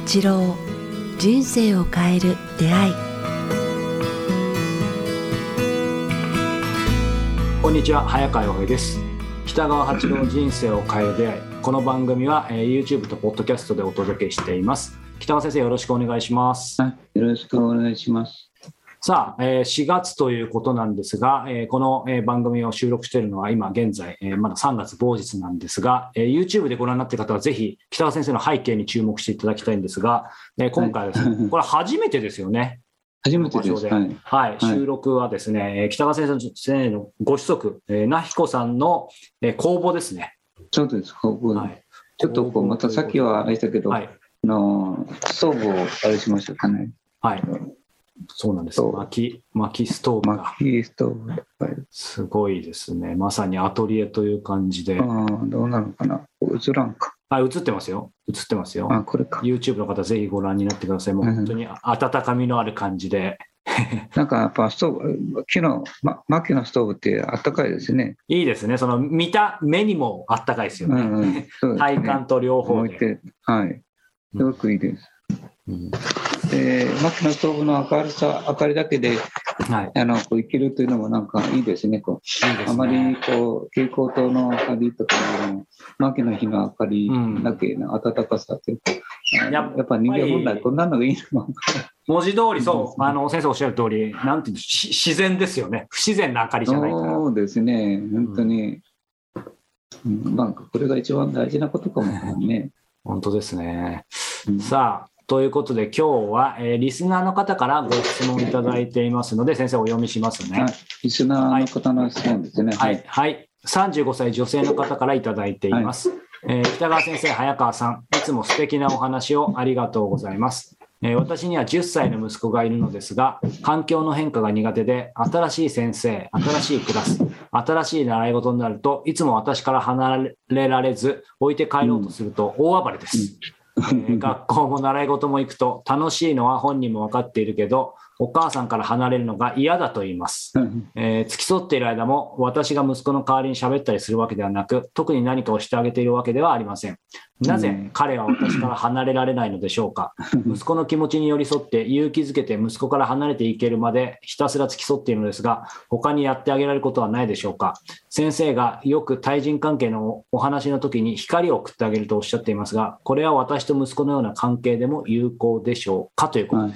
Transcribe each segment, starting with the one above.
八郎、人生を変える出会い。 こんにちは、早川洋平です。北川八郎、人生を変える出会い。この番組は、YouTube と Podcast でお届けしています。北川先生、よろしくお願いします。 よろしくお願いします。 さあ、4月ということなんですが、この番組を収録しているのは今現在、まだ3月某日なんですが、YouTube でご覧になっている方はぜひ北川先生の背景に注目していただきたいんですが、今回はですね、これ初めてですよね。 初めてです。 はい、収録はですね、北川先生のご子息、なひこさんの公募ですね。 そうです、公募。はい、ちょっとこうまたさっきはあれしたけど、はい、ストーブをあれしましたかね。 はい。そうなんです。薪ストーブが。 薪ストーブ。はい、 すごいですね。まさにアトリエという感じで。 どうなのかな。映らんか。 映ってますよ。映ってますよ。 これか。 YouTube の方ぜひご覧になってください。もう本当に温かみのある感じで。 なんかやっぱストーブ、薪のストーブってあったかいですね。 いいですね。その見た目にもあったかいですよね。体感と両方で。 はい。すごくいいです。薪のストーブの明かりだけで、はい、こう生きるというのもなんかいいですね。いいですね。あまりこう蛍光灯の明かりとか薪の火の明かりだけの温かさというか、やっぱ人間本来こんなのがいいのか。 文字通りそう、先生おっしゃる通り、なんていうの、自然ですよね。不自然な明かりじゃないから。 そうですね。本当に、なんかこれが一番大事なことかもね。 本当ですね。さあ。ということで今日は、リスナーの方からご質問いただいていますので先生お読みしますね。 リスナーの方の質問ですね。 はい、はい、35歳女性の方からいただいています。北川先生、早川さん、いつも素敵なお話をありがとうございます。私には10歳の息子がいるのですが、環境の変化が苦手で、新しい先生、新しいクラス、新しい習い事になるといつも私から離れられず置いて帰ろうとすると大暴れです。学校も習い事も行くと楽しいのは本人も分かっているけどお母さんから離れるのが嫌だと言います。付き添っている間も私が息子の代わりに喋ったりするわけではなく特に何かをしてあげているわけではありません。なぜ彼は私から離れられないのでしょうか。息子の気持ちに寄り添って勇気づけて息子から離れていけるまでひたすら付き添っているのですが他にやってあげられることはないでしょうか。先生がよく対人関係のお話の時に光を送ってあげるとおっしゃっていますがこれは私と息子のような関係でも有効でしょうかということです。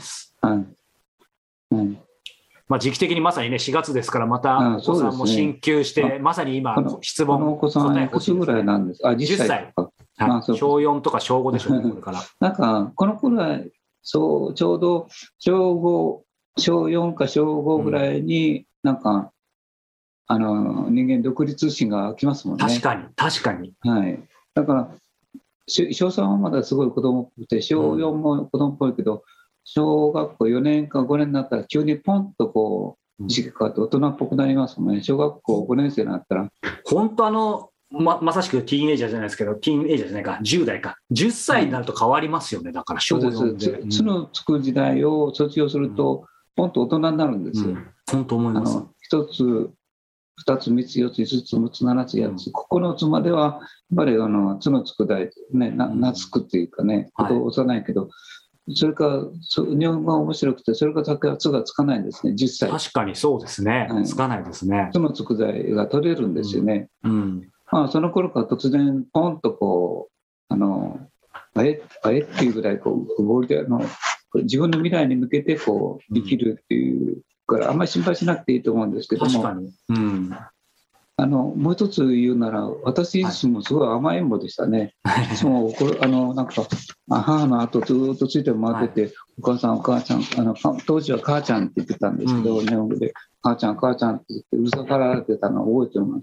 時期的にまさにね4月ですからまたお子さんも進級して、まさに今質問このお子さんいくつぐらいなんですか。 10歳、小4とか小5でしょうねこれからなんかこの頃はちょうど小4か小5ぐらいになんか人間独立心がきますもんね。 確かに、 はい、だから小3はまだすごい子供っぽくて小4も子供っぽいけど、小学校4年か5年になったら急にポンとこう時期変わって大人っぽくなりますもんね。小学校5年生になったら本当まさしくティーンエイジャーじゃないですけどティーンエイジャーじゃないか10代か10歳になると変わりますよね。だから小4でつのつく時代を卒業すると、ポンと大人になるんですよ。 本当思います。 1つ2つ3つ4つ5つ6つ7つ8つ9つまではやっぱりつのつく代ね懐くっていうかねことを幼いけど、それから日本語が面白くてそれから先はつがつかないんですね。10歳確かにそうですね、つかないですね。 つのつく代が取れるんですよね。その頃から突然ポンとこうあれっていうぐらいこう合理的自分の未来に向けてこう生きるっていうからあんまり心配しなくていいと思うんですけども、 確かに、 もう一つ言うなら私自身もすごい甘えん坊でしたね。いつもなんか母の後ずっとついて回ってて、お母さん当時は母ちゃんって言ってたんですけど、日本語で母ちゃんって言ってうるさがられてたのを覚えてます。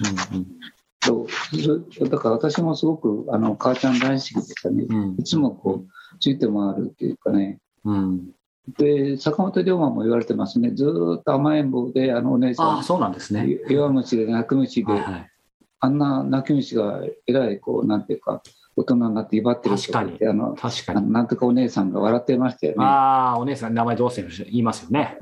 だから私もすごく母ちゃん大好きでしたね。いつもこうついて回るっていうかね。で坂本龍馬も言われてますね。ずっと甘えん坊でお姉さんそうなんですね。 弱虫で泣く虫で、あんな泣き虫がえらいこうなんていうか大人になって威張ってるとか言って確かになんとかお姉さんが笑ってましたよね。 お姉さん名前どうせ言いますよね。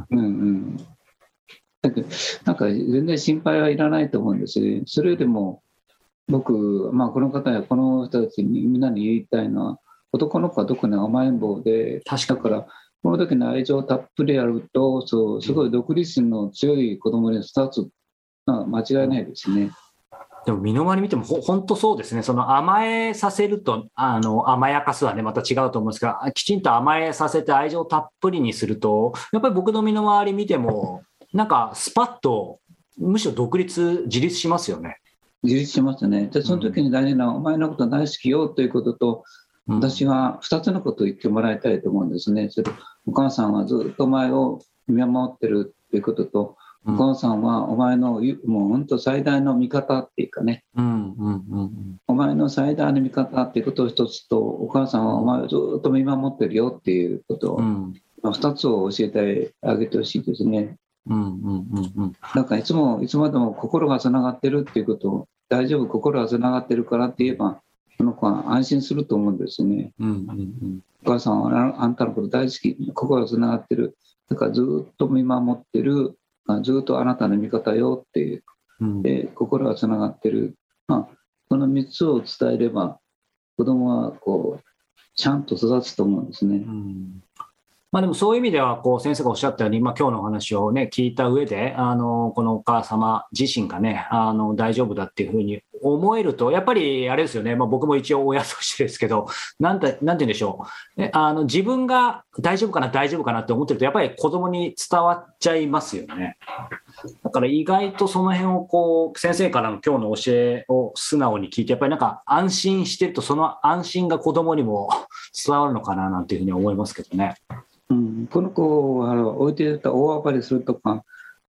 だけどなんか全然心配はいらないと思うんですよ。それでも僕、この方やこの人たちにみんなに言いたいのは男の子は特に甘えん坊で、だからこの時の愛情をたっぷりやると、そうすごい独立心の強い子供に育つのは間違いないですね。 でも身の回り見ても本当そうですね。その甘えさせると甘やかすはねまた違うと思うんですが、きちんと甘えさせて愛情をたっぷりにすると、やっぱり僕の身の回り見てもなんかスパッとむしろ自立しますよね。 自立しますね。でその時に大事な、お前のこと大好きよということと、私は2つのことを言ってもらいたいと思うんですね。それお母さんはずっとお前を見守ってるということと、お母さんはお前のもう本当最大の味方っていうかね、お前の最大の味方っていうことを一つと、お母さんはお前をずっと見守ってるよっていうことを、2つを教えてあげてほしいですね。なんかいつまでも心がつながってるっていうことを、大丈夫、心がつながってるからって言えば、その子は安心すると思うんですね。お母さんはあんたのこと大好き、心がつながってる、だからずっと見守ってる、ずっとあなたの味方よっていう、で心がつながってる、この3つを伝えれば子供はこうちゃんと育つと思うんですね。 でもそういう意味では先生がおっしゃったように、今日のお話を、ね、聞いた上でこのお母様自身が、ね、大丈夫だっていうふうに思えると、やっぱりあれですよね、僕も一応親としてですけど、なんて言うんでしょう、自分が大丈夫かなって思ってると、やっぱり子供に伝わっちゃいますよね。だから意外とその辺を先生からの今日の教えを素直に聞いて、やっぱりなんか安心してると、その安心が子供にも伝わるのかななんていうふうに思いますけどね。 この子は置いていた大暴れするとか、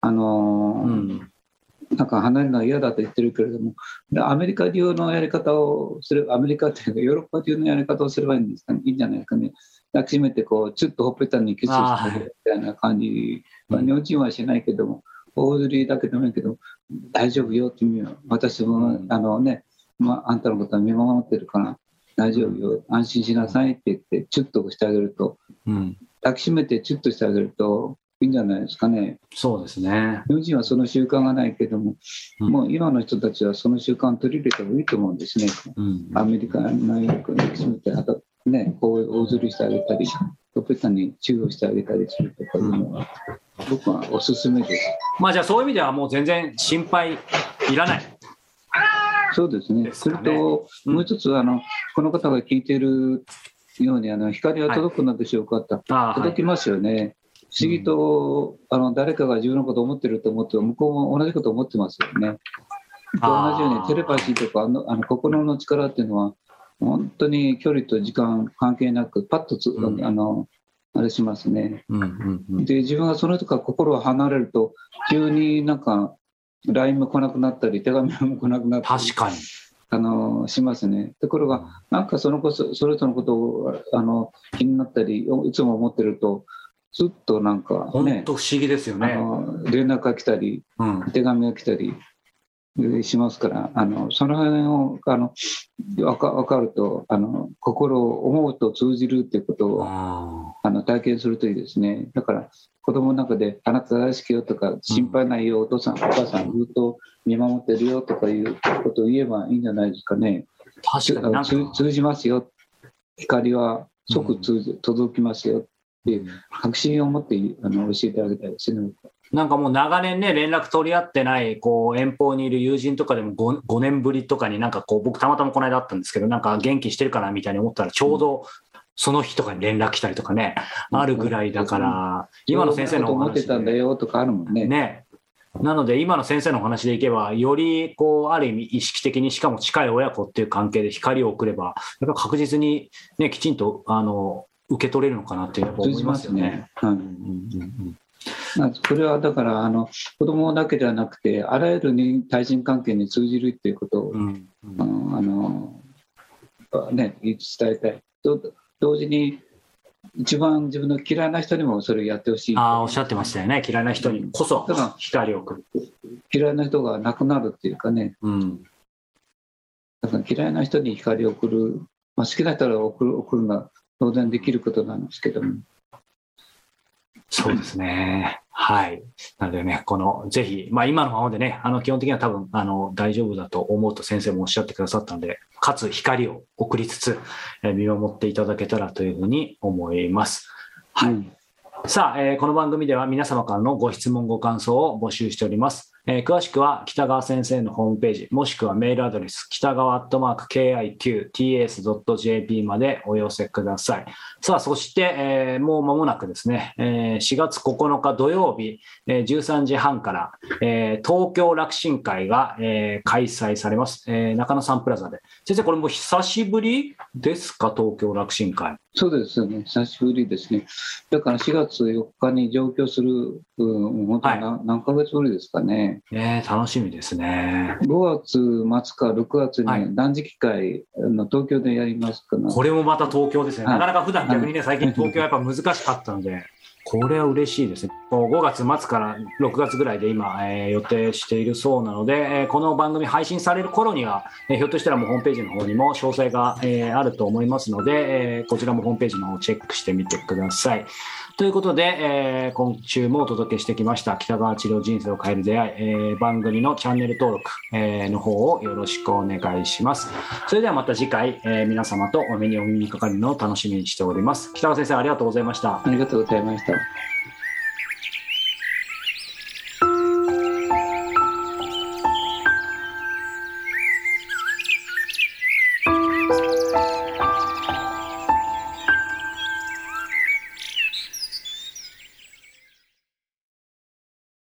なんか離れるのは嫌だと言ってるけれども、アメリカ流のやり方をする、アメリカというかヨーロッパ流のやり方をすればいいんですかね、いいんじゃないですかね。抱きしめてちょっとほっぺたにキスしてるみたいな感じ、日本人はしないけども、大釣りだけでもいいけど、大丈夫よっていう、私もあんたのことは見守ってるから大丈夫よ、安心しなさいって言ってチュッとしてあげると、抱きしめてチュッとしてあげるといいんじゃないですかね。 そうですね。 日本人はその習慣がないけども、もう今の人たちはその習慣を取り入れた方がいいと思うんですね。アメリカのよく抱きしめて、あとね、こう大釣りしてあげたり、ほっぺたにチューをしてあげたりするとかいうのは、僕はおすすめです。 じゃあそういう意味ではもう全然心配いらない。 そうですね。それともう一つこの方が聞いているように光は届くのでしょうかと、届きますよね。不思議と誰かが自分のことを思ってると思って向こうも同じことを思ってますよね。同じようにテレパシーとか心の力っていうのは本当に距離と時間関係なくパッとあれしますね。で自分がその人から心が離れると急になんか LINE も来なくなったり手紙も来なくなったり、 確かにしますね。ところがなんかその人のことを気になったりいつも思ってるとずっとなんかね、 本当不思議ですよね。 連絡が来たり、手紙が来たりしますから、その辺を分かると心を思うと通じるっていうことを体験するといいですね。だから子供の中であなた大好きよとか心配ないよ、お父さんお母さんずっと見守ってるよとかいうことを言えばいいんじゃないですかね。 確かに通じますよ、光は即届きますよっていう確信を持って教えてあげたいですね。 なんかもう長年ね連絡取り合ってない遠方にいる友人とかでも 5年ぶりとかになんか僕たまたまこの間あったんですけど、なんか元気してるかなみたいに思ったらちょうどその日とかに連絡来たりとかね、あるぐらいだから、今の先生のお話で思ってたんだよとかあるもんね。 なので今の先生のお話でいけばよりある意味意識的にしかも近い親子っていう関係で光を送ればやっぱ確実にねきちんと受け取れるのかなって思いますよね。 それはだから子供だけではなくてあらゆる対人関係に通じるっていうことを、伝えたい。同時に一番自分の嫌いな人にもそれをやってほしい。 おっしゃってましたよね。嫌いな人にこそ光を送る。 嫌いな人がなくなるっていうかね、だから嫌いな人に光を送る、好きな人は送るのは当然できることなんですけども。 そうですね。 はい。なのでね、ぜひ、今のままでね、基本的には多分、大丈夫だと思うと先生もおっしゃってくださったので、かつ光を送りつつ、見守っていただけたらというふうに思います。はい。さあ、この番組では皆様からのご質問ご感想を募集しております。詳しくは北川先生のホームページもしくはメールアドレス北川@kiqts.jp までお寄せください。さあそして、もう間もなくですね、4月9日土曜日、13時半から、東京楽神会が、開催されます、中野サンプラザで。先生これも久しぶりですか？東京楽神会。 そうですね、久しぶりですね。だから4月4日に上京する、本当に何ヶ月ぶりですかね。 楽しみですね。 5月末か6月に断食会、東京でやりますから。 これもまた東京ですね。なかなか普段逆にね、最近東京はやっぱ難しかったので、これは嬉しいですね。5月末から6月ぐらいで今、予定しているそうなので、この番組配信される頃には、ひょっとしたらもうホームページの方にも詳細が、あると思いますので、こちらもホームページの方をチェックしてみてください。ということで、今週もお届けしてきました北川治療人生を変える出会い、番組のチャンネル登録、の方をよろしくお願いします。それではまた次回、皆様とお目にお耳にかかるのを楽しみにしております。北川先生ありがとうございました。 ありがとうございました。